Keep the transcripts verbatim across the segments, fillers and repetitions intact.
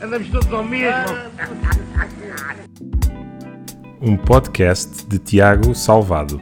andamos todos ao mesmo. Um podcast de Tiago Salvado.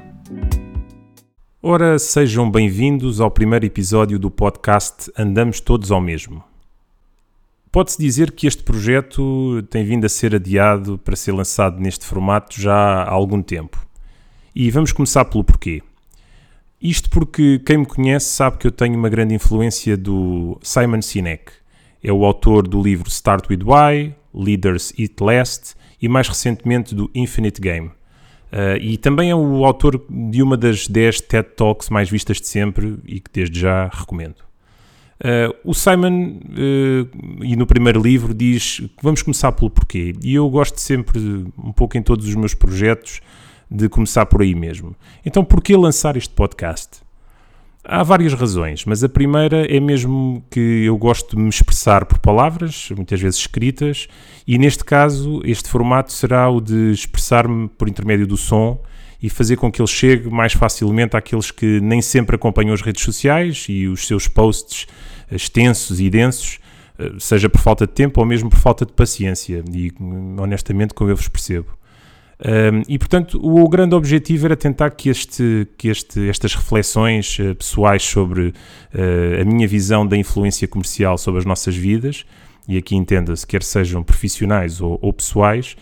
Ora, sejam bem-vindos ao primeiro episódio do podcast Andamos Todos ao Mesmo. Pode-se dizer que este projeto tem vindo a ser adiado para ser lançado neste formato já há algum tempo. E vamos começar pelo porquê. Isto porque quem me conhece sabe que eu tenho uma grande influência do Simon Sinek. É o autor do livro Start With Why, Leaders Eat Last e mais recentemente do Infinite Game. Uh, e também é o autor de uma das dez TED Talks mais vistas de sempre e que desde já recomendo. Uh, o Simon, uh, e no primeiro livro, diz que vamos começar pelo porquê. E eu gosto sempre, um pouco em todos os meus projetos, de começar por aí mesmo. Então, porquê lançar este podcast? Há várias razões, mas a primeira é mesmo que eu gosto de me expressar por palavras, muitas vezes escritas, e neste caso este formato será o de expressar-me por intermédio do som e fazer com que ele chegue mais facilmente àqueles que nem sempre acompanham as redes sociais e os seus posts extensos e densos, seja por falta de tempo ou mesmo por falta de paciência, e honestamente como eu vos percebo. Um, e, portanto, o grande objetivo era tentar que, este, que este, estas reflexões uh, pessoais sobre uh, a minha visão da influência comercial sobre as nossas vidas, e aqui entenda-se, quer sejam profissionais ou, ou pessoais,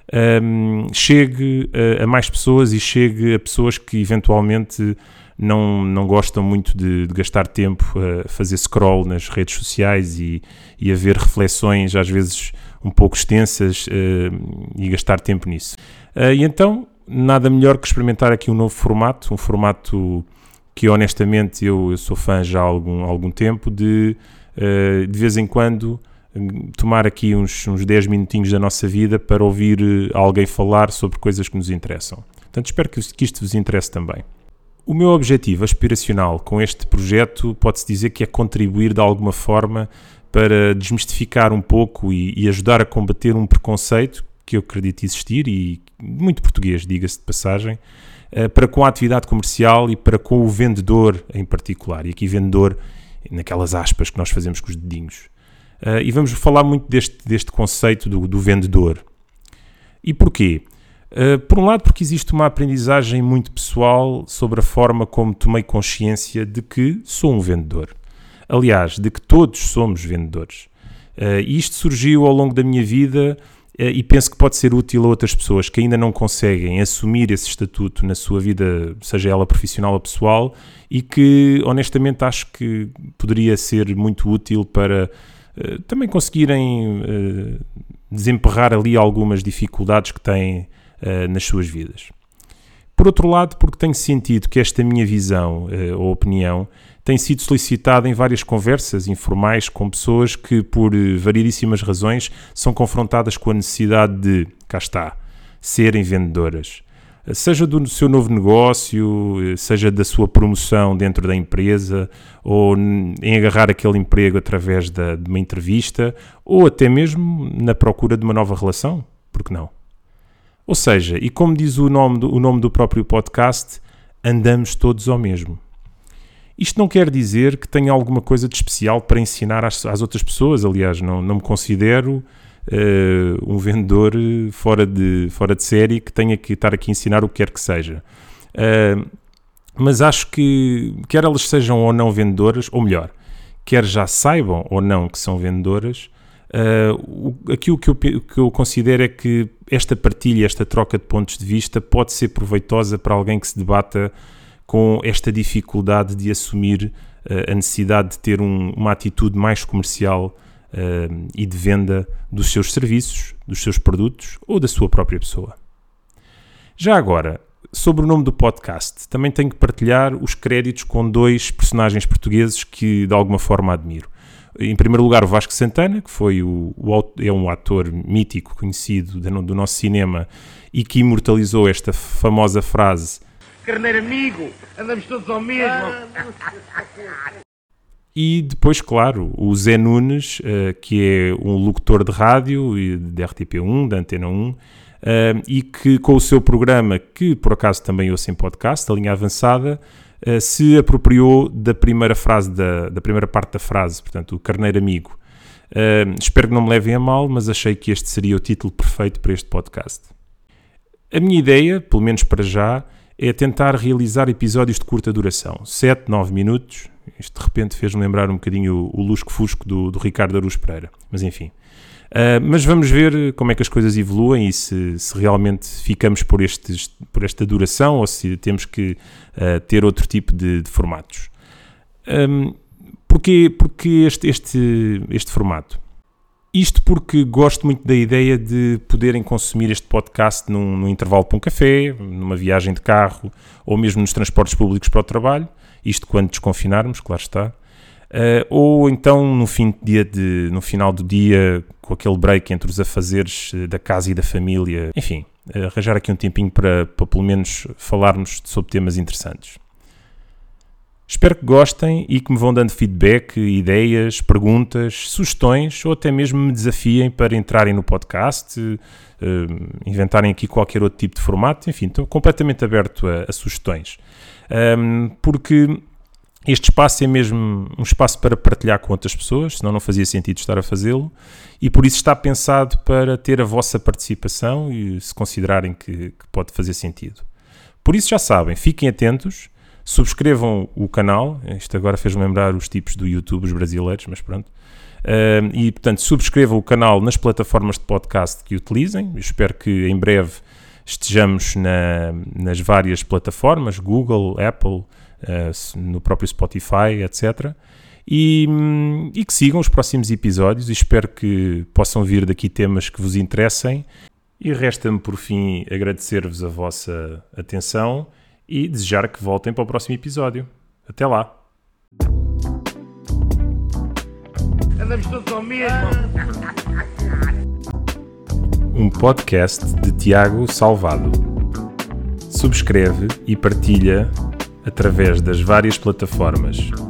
um, chegue uh, a mais pessoas e chegue a pessoas que eventualmente não, não gostam muito de, de gastar tempo a fazer scroll nas redes sociais e, e a ver reflexões às vezes um pouco extensas uh, e gastar tempo nisso. Uh, e então, nada melhor que experimentar aqui um novo formato, um formato que honestamente eu, eu sou fã já há algum, algum tempo, de uh, de vez em quando tomar aqui uns, uns dez minutinhos da nossa vida para ouvir alguém falar sobre coisas que nos interessam. Portanto, espero que, que isto vos interesse também. O meu objetivo aspiracional com este projeto pode-se dizer que é contribuir de alguma forma para desmistificar um pouco e, e ajudar a combater um preconceito que eu acredito existir, e muito português, diga-se de passagem, para com a atividade comercial e para com o vendedor em particular. E aqui vendedor naquelas aspas que nós fazemos com os dedinhos. E vamos falar muito deste, deste conceito do, do vendedor. E porquê? Por um lado, porque existe uma aprendizagem muito pessoal sobre a forma como tomei consciência de que sou um vendedor. Aliás, de que todos somos vendedores. E isto surgiu ao longo da minha vida e penso que pode ser útil a outras pessoas que ainda não conseguem assumir esse estatuto na sua vida, seja ela profissional ou pessoal, e que honestamente acho que poderia ser muito útil para uh, também conseguirem uh, desemperrar ali algumas dificuldades que têm uh, nas suas vidas. Por outro lado, porque tenho sentido que esta minha visão uh, ou opinião tem sido solicitada em várias conversas informais com pessoas que, por variedíssimas razões, são confrontadas com a necessidade de, cá está, serem vendedoras. Seja do seu novo negócio, seja da sua promoção dentro da empresa, ou em agarrar aquele emprego através da, de uma entrevista, ou até mesmo na procura de uma nova relação, por que não? Ou seja, e como diz o nome do, o nome do próprio podcast, andamos todos ao mesmo. Isto não quer dizer que tenha alguma coisa de especial para ensinar às, às outras pessoas. Aliás, não, não me considero uh, um vendedor fora de, fora de série que tenha que estar aqui a ensinar o que quer que seja. Uh, mas acho que, quer elas sejam ou não vendedoras, ou melhor, quer já saibam ou não que são vendedoras, uh, o, aquilo que eu, que eu considero é que esta partilha, esta troca de pontos de vista pode ser proveitosa para alguém que se debata com esta dificuldade de assumir uh, a necessidade de ter um, uma atitude mais comercial uh, e de venda dos seus serviços, dos seus produtos ou da sua própria pessoa. Já agora, sobre o nome do podcast, também tenho que partilhar os créditos com dois personagens portugueses que de alguma forma admiro. Em primeiro lugar, o Vasco Santana, que foi o, o, é um ator mítico, conhecido do, do nosso cinema e que imortalizou esta famosa frase: carneiro amigo, andamos todos ao mesmo. E depois, claro, o Zé Nunes, uh, que é um locutor de rádio de R T P um, da Antena um, uh, e que com o seu programa, que por acaso também ouço em podcast, a Linha Avançada, uh, se apropriou da primeira frase, da, da primeira parte da frase, portanto, o carneiro amigo. Uh, espero que não me levem a mal, mas achei que este seria o título perfeito para este podcast. A minha ideia, pelo menos para já, é tentar realizar episódios de curta duração, sete, nove minutos. Isto de repente fez-me lembrar um bocadinho o, o lusco-fusco do, do Ricardo Araújo Pereira, mas enfim. Uh, mas vamos ver como é que as coisas evoluem e se, se realmente ficamos por, estes, por esta duração ou se temos que uh, ter outro tipo de, de formatos. Um, porquê porquê este, este, este formato? Isto porque gosto muito da ideia de poderem consumir este podcast num, num intervalo para um café, numa viagem de carro ou mesmo nos transportes públicos para o trabalho, isto quando desconfinarmos, claro está. Uh, ou então no, fim de dia de, no final do dia, com aquele break entre os afazeres da casa e da família, enfim, uh, arranjar aqui um tempinho para, para pelo menos falarmos sobre temas interessantes. Espero que gostem e que me vão dando feedback, ideias, perguntas, sugestões ou até mesmo me desafiem para entrarem no podcast, uh, inventarem aqui qualquer outro tipo de formato, enfim, estou completamente aberto a, a sugestões, um, porque este espaço é mesmo um espaço para partilhar com outras pessoas, senão não fazia sentido estar a fazê-lo, e por isso está pensado para ter a vossa participação e se considerarem que, que pode fazer sentido. Por isso já sabem, fiquem atentos, subscrevam o canal, isto agora fez-me lembrar os tipos do YouTube, os brasileiros, mas pronto, uh, e portanto subscrevam o canal nas plataformas de podcast que utilizem. Eu espero que em breve estejamos na, nas várias plataformas, Google, Apple, Uh, no próprio Spotify, etcétera. E, e que sigam os próximos episódios e espero que possam vir daqui temas que vos interessem. E resta-me por fim agradecer-vos a vossa atenção e desejar que voltem para o próximo episódio. Até lá! Andamos todos ao mesmo. Um podcast de Tiago Salvado. Subscreve e partilha através das várias plataformas